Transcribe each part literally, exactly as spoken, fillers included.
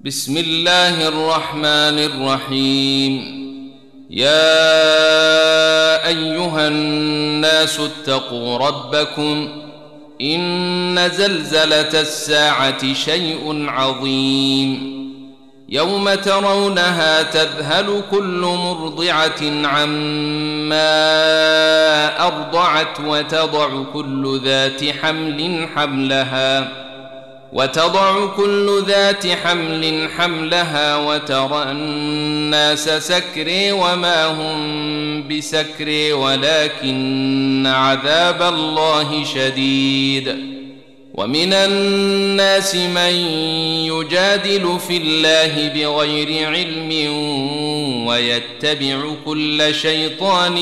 بسم الله الرحمن الرحيم. يا أيها الناس اتقوا ربكم إن زلزلة الساعة شيء عظيم، يوم ترونها تذهل كل مرضعة عما أرضعت وتضع كل ذات حمل حملها وتضع كل ذات حمل حملها وترى الناس سكري وما هم بسكري ولكن عذاب الله شديد. ومن الناس من يجادل في الله بغير علم ويتبع كل شيطان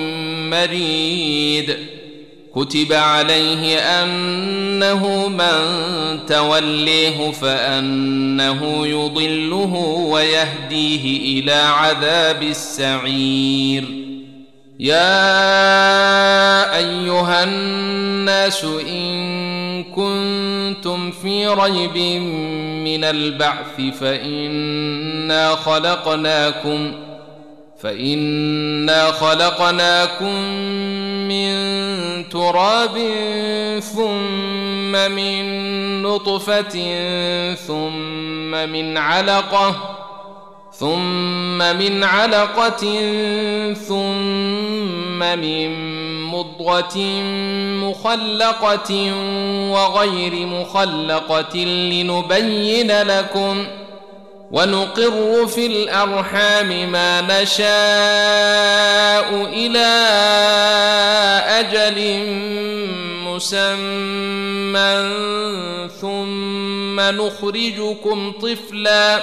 مريد. كتب عليه أنه من توليه فأنه يضله ويهديه إلى عذاب السعير. يا أيها الناس إن كنتم في ريب من البعث فإنا خلقناكم فإنا خلقناكم من تراب ثم من نطفة ثم من علقة ثم من علقة ثم من مضغة مخلقة وغير مخلقة لنبين لكم ونقر في الأرحام ما نشاء إلى أجل مسمى ثم نخرجكم طفلا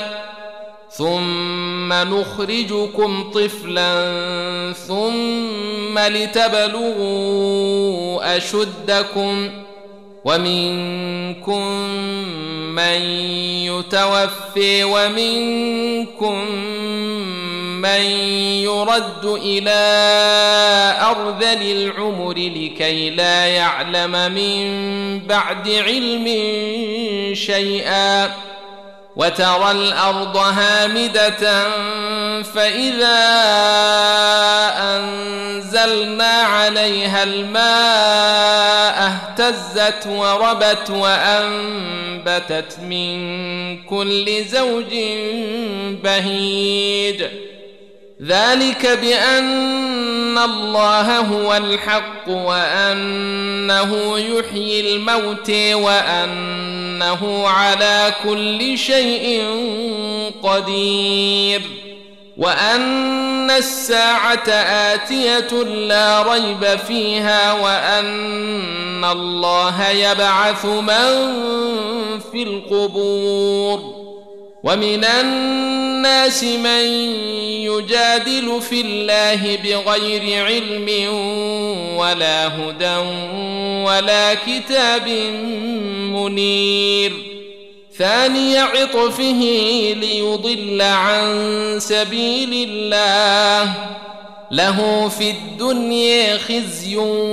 ثم نخرجكم طفلا ثم لتبلغوا أشدكم ومنكم من يتوفي ومنكم من يرد إلى أرذل العمر لكي لا يعلم من بعد علم شيئا. وترى الأرض هامدة فإذا أنزلنا عليها الماء اهتزت وربت وأنبتت من كل زوج بهيج. ذلك بأن الله هو الحق وأنه يحيي الموتى وأنه على كل شيء قدير وأن الساعة آتية لا ريب فيها وأن الله يبعث من في القبور. ومن الناس من يجادل في الله بغير علم ولا هدى ولا كتاب منير. ثاني عطفه ليضل عن سبيل الله له في الدنيا خزي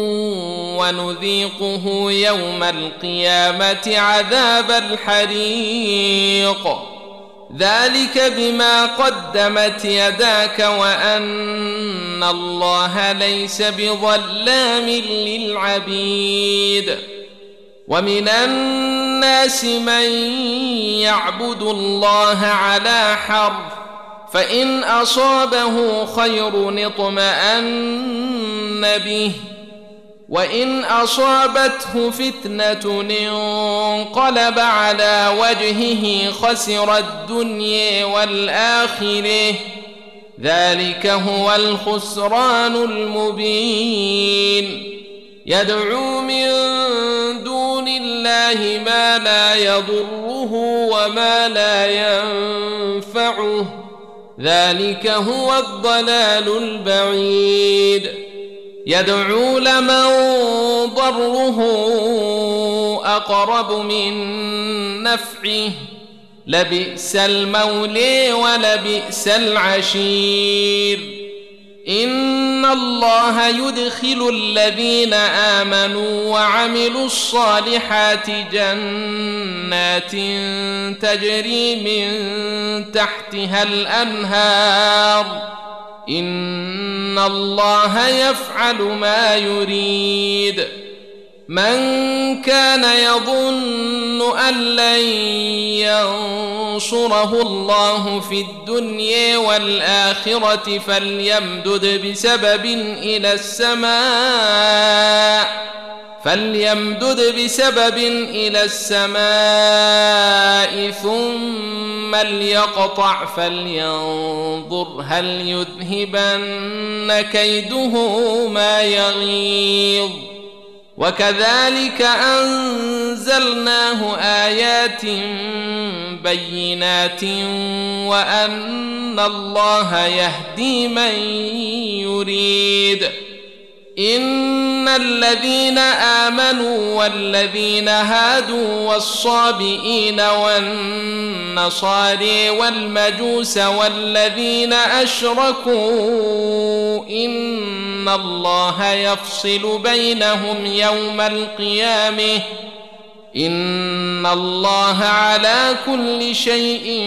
ونذيقه يوم القيامة عذاب الحريق. ذلك بما قدمت يداك وأن الله ليس بظلام للعبيد. ومن الناس من يعبد الله على حرف فإن أصابه خير اطمأن به وإن أصابته فتنة انقلب على وجهه خسر الدنيا والآخرة ذلك هو الخسران المبين. يدعو من دون الله ما لا يضره وما لا ينفعه ذلك هو الضلال البعيد. يدعو لمن ضره أقرب من نفعه لبئس المولى ولبئس العشير. إن الله يدخل الذين آمنوا وعملوا الصالحات جنات تجري من تحتها الأنهار إن الله يفعل ما يريد. من كان يظن أن لن ينصره الله في الدنيا والآخرة فليمدد بسبب إلى السماء فليمدد بسبب إلى السماء ثم ليقطع فلينظر هل يذهبن كيده ما يغيظ. وكذلك أنزلناه آيات بينات وأن الله يهدي من يريد. إن الذين آمنوا والذين هادوا والصابئين والنصارى والمجوس والذين أشركوا إن الله يفصل بينهم يوم القيامة إن الله على كل شيء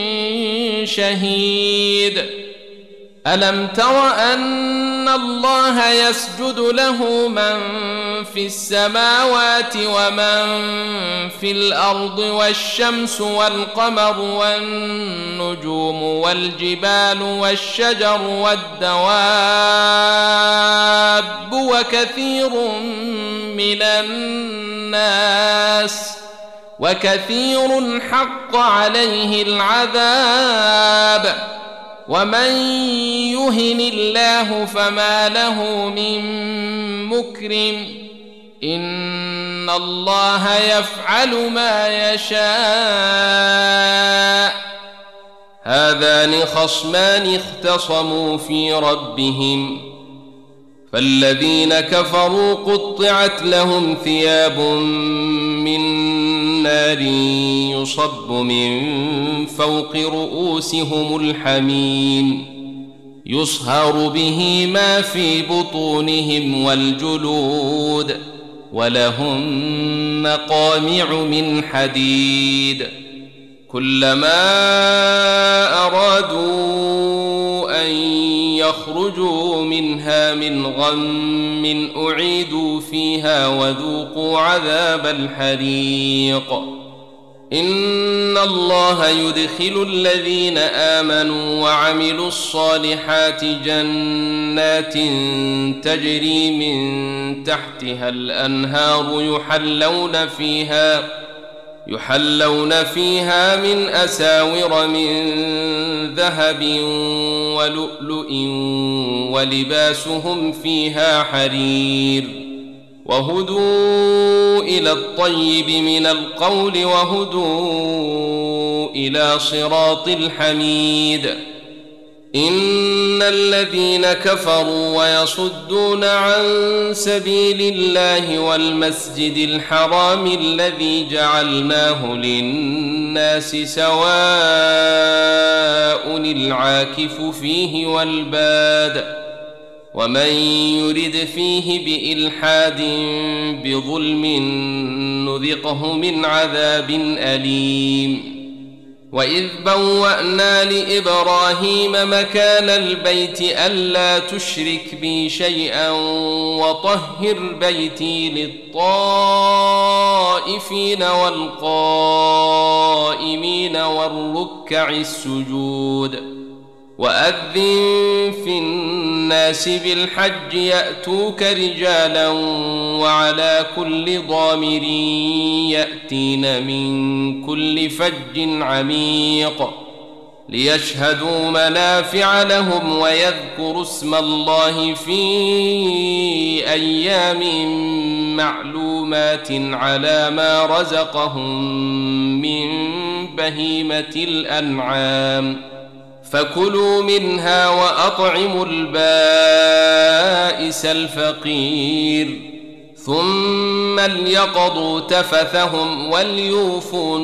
شهيد. ألم تر أن الله يسجد له من في السماوات ومن في الأرض والشمس والقمر والنجوم والجبال والشجر والدواب وكثير من الناس وكثير حق عليه العذاب ومن يهن الله فما له من مكرم إن الله يفعل ما يشاء. هذان خصمان اختصموا في ربهم فالذين كفروا قطعت لهم ثياب من نار يصب من فوق رؤوسهم الحميم يصهر به ما في بطونهم والجلود ولهم مقامع من حديد كلما أرادوا أن يخرجوا منها من غم أعيدوا فيها وذوقوا عذاب الحريق. إن الله يدخل الذين آمنوا وعملوا الصالحات جنات تجري من تحتها الأنهار يحلون فيها يحلون فيها من أساور من ذهب ولؤلؤ ولباسهم فيها حرير وهدوا إلى الطيب من القول وهدوا إلى صراط الحميد. إن الذين كفروا ويصدون عن سبيل الله والمسجد الحرام الذي جعلناه للناس سواء العاكف فيه والباد ومن يرد فيه بإلحاد بظلم نذقه من عذاب أليم. وإذ بوأنا لإبراهيم مكان البيت ألا تشرك بي شيئا وطهر بيتي للطائفين والقائمين والركع السجود وأذن في الناس بالحج يأتوك رجالا وعلى كل ضامر يأتين من كل فج عميق ليشهدوا منافع لهم ويذكروا اسم الله في أيام معلومات على ما رزقهم من بهيمة الأنعام فكلوا منها وأطعموا البائس الفقير ثم ليقضوا تفثهم وليوفوا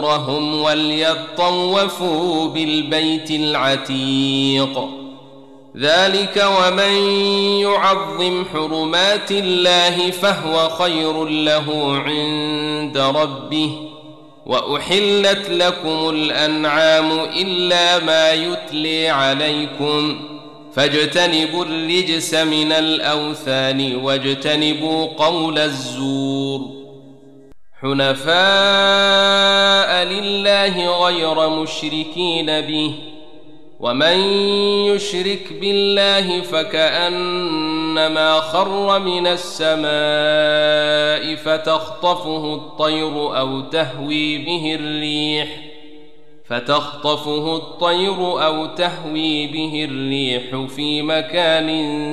نذورهم وليطوفوا بالبيت العتيق. ذلك ومن يعظم حرمات الله فهو خير له عند ربه وأحلت لكم الأنعام إلا ما يتلي عليكم فاجتنبوا الرجس من الأوثان واجتنبوا قول الزور حنفاء لله غير مشركين به ومن يشرك بالله فكأنما خر من السماء فتخطفه الطير أو تهوي به الريح فتخطفه الطير أو تهوي به الريح في مكان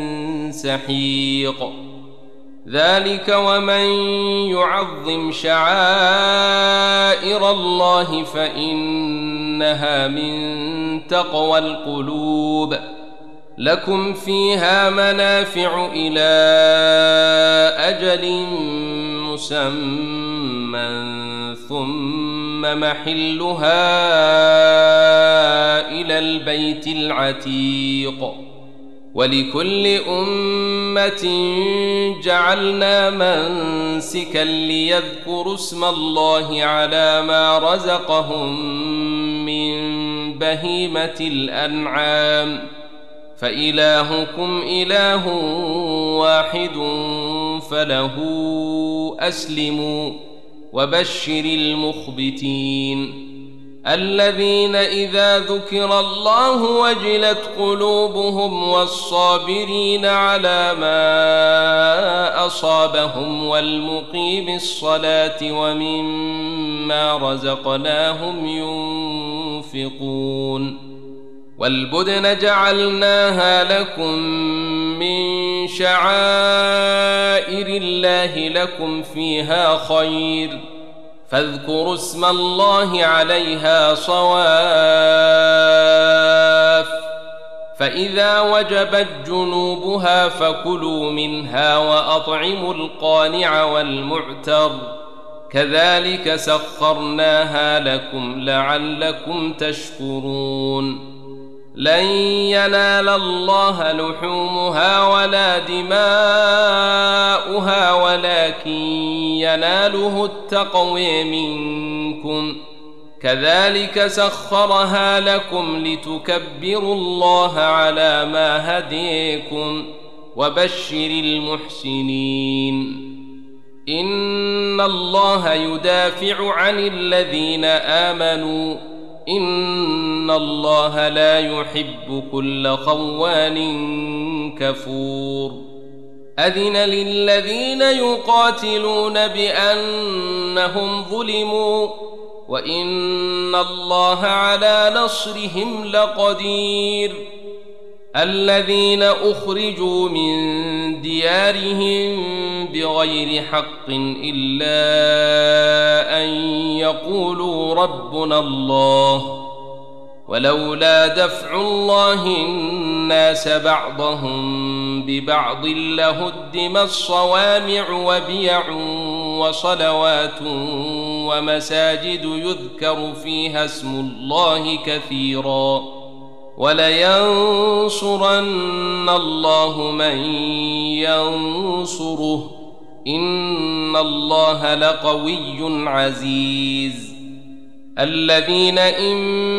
سحيق ذلك ومن يعظم شعائر الله فإنها من تقوى القلوب لكم فيها منافع إلى أجل مسمى ثم محلها إلى البيت العتيق ولكل أمة جعلنا منسكا ليذكروا اسم الله على ما رزقهم من بهيمة الأنعام فإلهكم إله واحد فله أسلموا وبشر المخبتين الذين إذا ذكر الله وجلت قلوبهم والصابرين على ما أصابهم والمقيم الصلاة ومما رزقناهم ينفقون والبدن جعلناها لكم من شعائر الله لكم فيها خير فاذكروا اسم الله عليها صواف فإذا وجبت جنوبها فكلوا منها وأطعموا القانع والمعتر كذلك سخرناها لكم لعلكم تشكرون لن ينال الله لحومها ولا دماؤها ولكن يناله التقوى منكم كذلك سخرها لكم لتكبروا الله على ما هديكم وبشر المحسنين إن الله يدافع عن الذين آمنوا إن الله لا يحب كل خوان كفور أذن للذين يقاتلون بأنهم ظلموا وإن الله على نصرهم لقدير الذين أخرجوا من ديارهم بغير حق إلا أن يقولوا ربنا الله ولولا دفع الله الناس بعضهم ببعض لهدمت صوامع وبيع وصلوات ومساجد يذكر فيها اسم الله كثيرا ولينصرن الله من ينصره إن الله لقوي عزيز الذين إن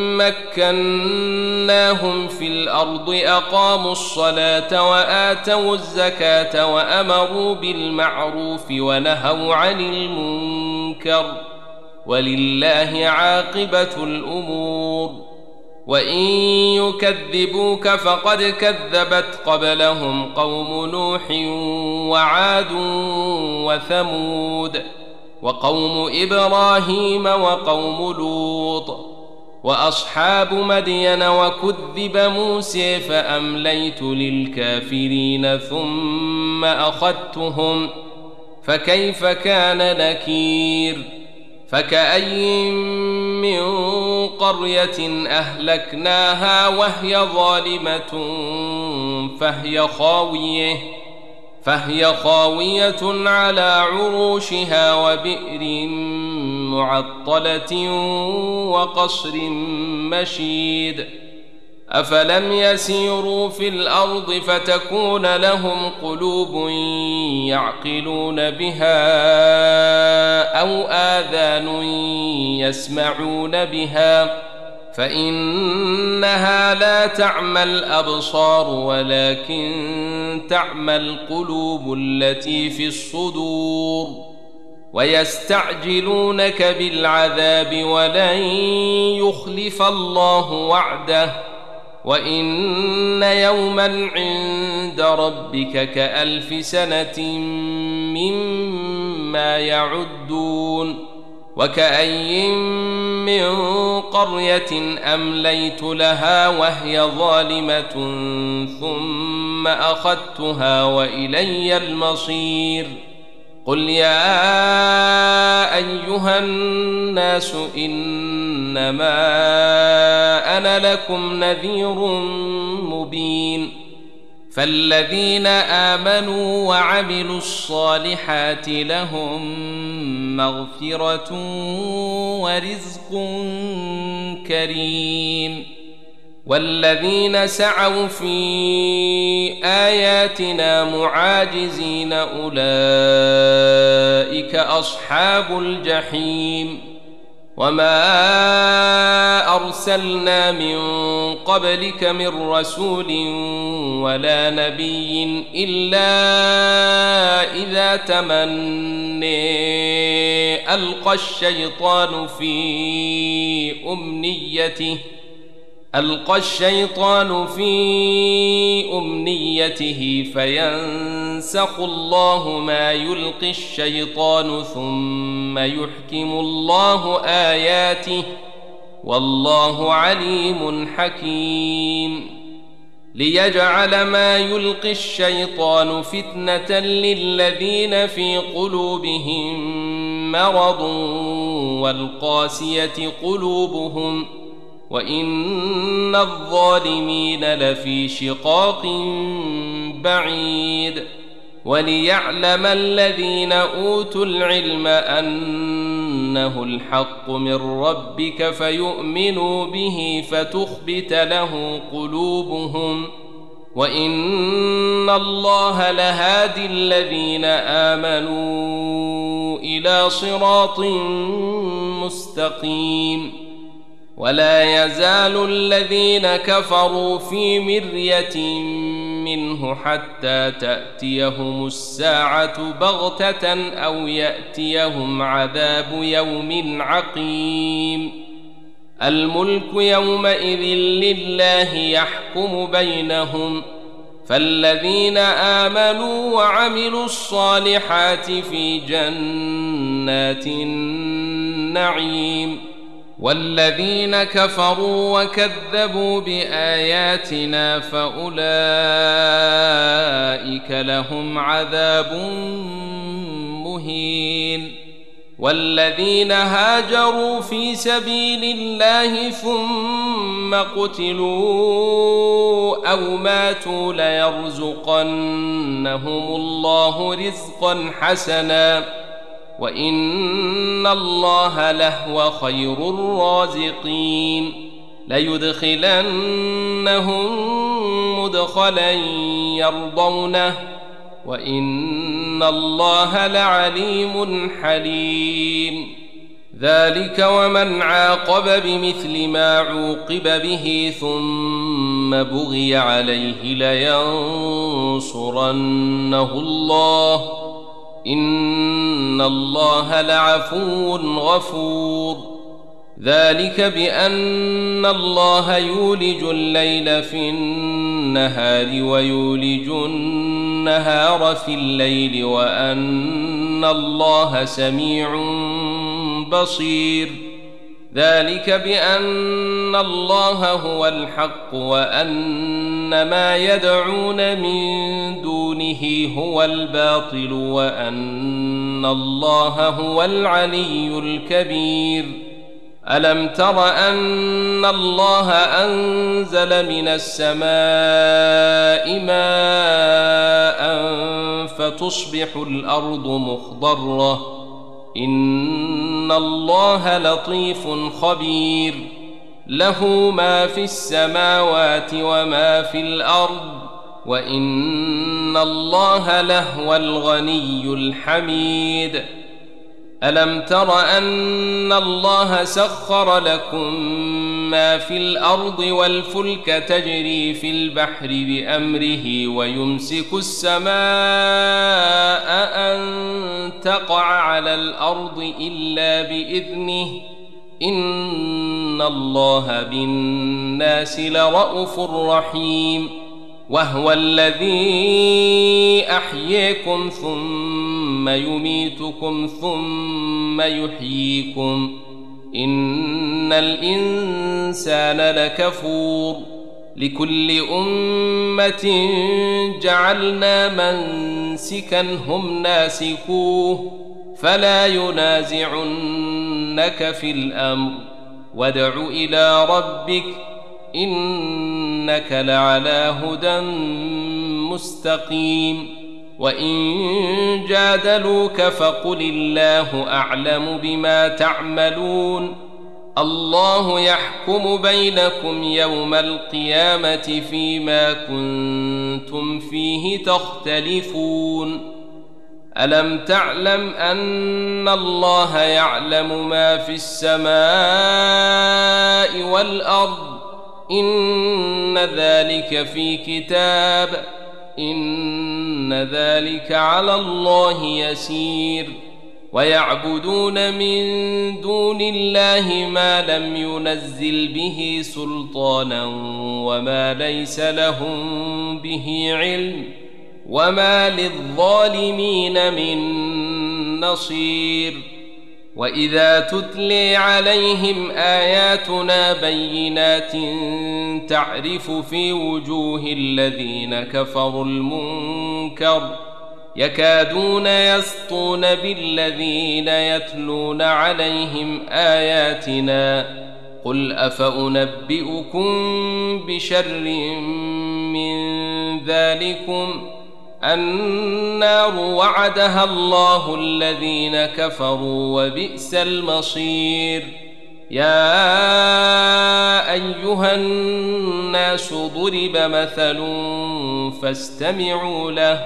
مكناهم في الأرض أقاموا الصلاة وآتوا الزكاة وأمروا بالمعروف ونهوا عن المنكر ولله عاقبة الأمور وإن يكذبوك فقد كذبت قبلهم قوم نوح وعاد وثمود وقوم إبراهيم وقوم لوط وأصحاب مدين وكذب موسى فأمليت للكافرين ثم أخذتهم فكيف كان نكير فكأي من قرية أهلكناها وهي ظالمة فهي خاوية فهي خاوية على عروشها وبئر معطلة وقصر مشيد أفلم يسيروا في الأرض فتكون لهم قلوب يعقلون بها أو آذان يسمعون بها فإنها لا تعمى الأبصار ولكن تعمى القلوب التي في الصدور ويستعجلونك بالعذاب ولن يخلف الله وعده وإن يوما عند ربك كألف سنة مما يعدون وكأي من قرية أمليت لها وهي ظالمة ثم أخذتها وإلي المصير قل يا أيها الناس إنما أنا لكم نذير مبين فالذين آمنوا وعملوا الصالحات لهم مغفرة ورزق كريم والذين سعوا في آياتنا معاجزين أولئك أصحاب الجحيم وما أرسلنا من قبلك من رسول ولا نبي إلا إذا تمنى ألقى الشيطان في أمنيته ألقى الشيطان في أمنيته فينسخ الله ما يلقي الشيطان ثم يحكم الله آياته والله عليم حكيم ليجعل ما يلقي الشيطان فتنة للذين في قلوبهم مرض والقاسية قلوبهم وإن الظالمين لفي شقاق بعيد وليعلم الذين أوتوا العلم أنه الحق من ربك فيؤمنوا به فتخبت له قلوبهم وإن الله لهادي الذين آمنوا إلى صراط مستقيم ولا يزال الذين كفروا في مرية منه حتى تأتيهم الساعة بغتة أو يأتيهم عذاب يوم عقيم الملك يومئذ لله يحكم بينهم فالذين آمنوا وعملوا الصالحات في جنات النعيم والذين كفروا وكذبوا بآياتنا فأولئك لهم عذاب مهين والذين هاجروا في سبيل الله ثم قتلوا أو ماتوا ليرزقنهم الله رزقا حسنا وإن الله لهو خير الرازقين ليدخلنهم مدخلا يرضونه وإن الله لعليم حليم ذلك ومن عاقب بمثل ما عوقب به ثم بغي عليه لينصرنه الله إن الله لعفو غفور ذلك بأن الله يولج الليل في النهار ويولج النهار في الليل وأن الله سميع بصير ذلك بأن الله هو الحق وأن ما يدعون من دونه هو الباطل وأن الله هو العلي الكبير ألم تر أن الله أنزل من السماء ماء فتصبح الأرض مخضرة إن الله لطيف خبير له ما في السماوات وما في الأرض وإن الله لهو الغني الحميد. ألم تر أن الله سخر لكم ما في الأرض والفلك تجري في البحر بأمره ويمسك السماء أن تقع على الأرض إلا بإذنه إن الله بالناس لرءوف رحيم. وهو الذي أحييكم ثم يميتكم ثم يحييكم إن الإنسان لكفور. لكل أمة جعلنا منسكا هم ناسكوه فلا ينازعنك في الأمر وادع إلى ربك إنك لعلى هدى مستقيم. وإن جادلوك فقل الله أعلم بما تعملون الله يحكم بينكم يوم القيامة فيما كنتم فيه تختلفون. ألم تعلم أن الله يعلم ما في السماء والأرض إن ذلك في كتاب إن ذلك على الله يسير. ويعبدون من دون الله ما لم ينزل به سلطانا وما ليس لهم به علم وما للظالمين من نصير. وإذا تتلي عليهم آياتنا بينات تعرف في وجوه الذين كفروا المنكر يكادون يسطون بالذين يتلون عليهم آياتنا قل أفأنبئكم بشر من ذلكم النار وعدها الله الذين كفروا وبئس المصير. يا أيها الناس ضرب مثل فاستمعوا له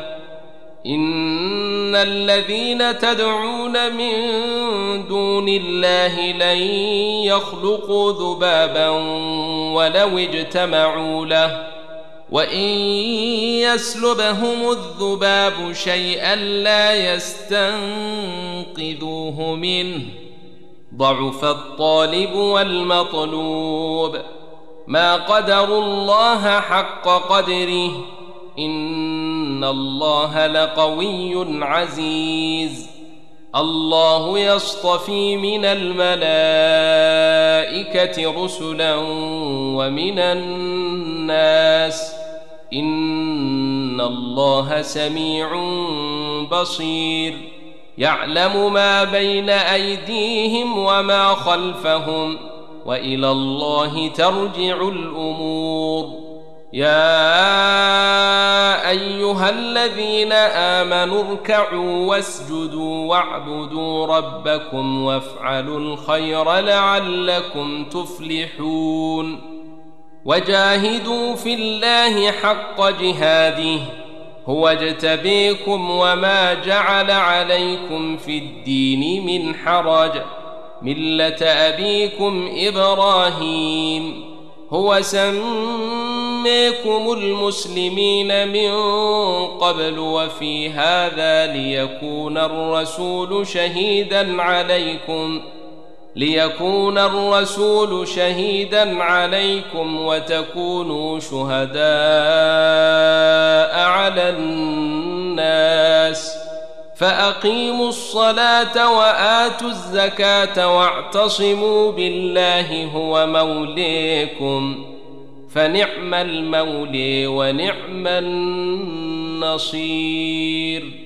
إن الذين تدعون من دون الله لن يخلقوا ذبابا ولو اجتمعوا له وإن يسلبهم الذباب شيئا لا يستنقذوه منه ضعف الطالب والمطلوب. ما قدروا الله حق قدره إن الله لقوي عزيز. الله يصطفي من الملائكة رسلا ومن الناس إن الله سميع بصير. يعلم ما بين أيديهم وما خلفهم وإلى الله ترجع الأمور. يا أيها الذين آمنوا اركعوا واسجدوا واعبدوا ربكم وافعلوا الخير لعلكم تفلحون. وجاهدوا في الله حق جهاده هو اجتبيكم وما جعل عليكم في الدين من حرج ملة أبيكم إبراهيم هو سميكم المسلمين من قبل وفي هذا ليكون الرسول شهيدا عليكم ليكون الرسول شهيدا عليكم وتكونوا شهداء على الناس فأقيموا الصلاة وآتوا الزكاة واعتصموا بالله هو موليكم فنعم المولي ونعم النصير.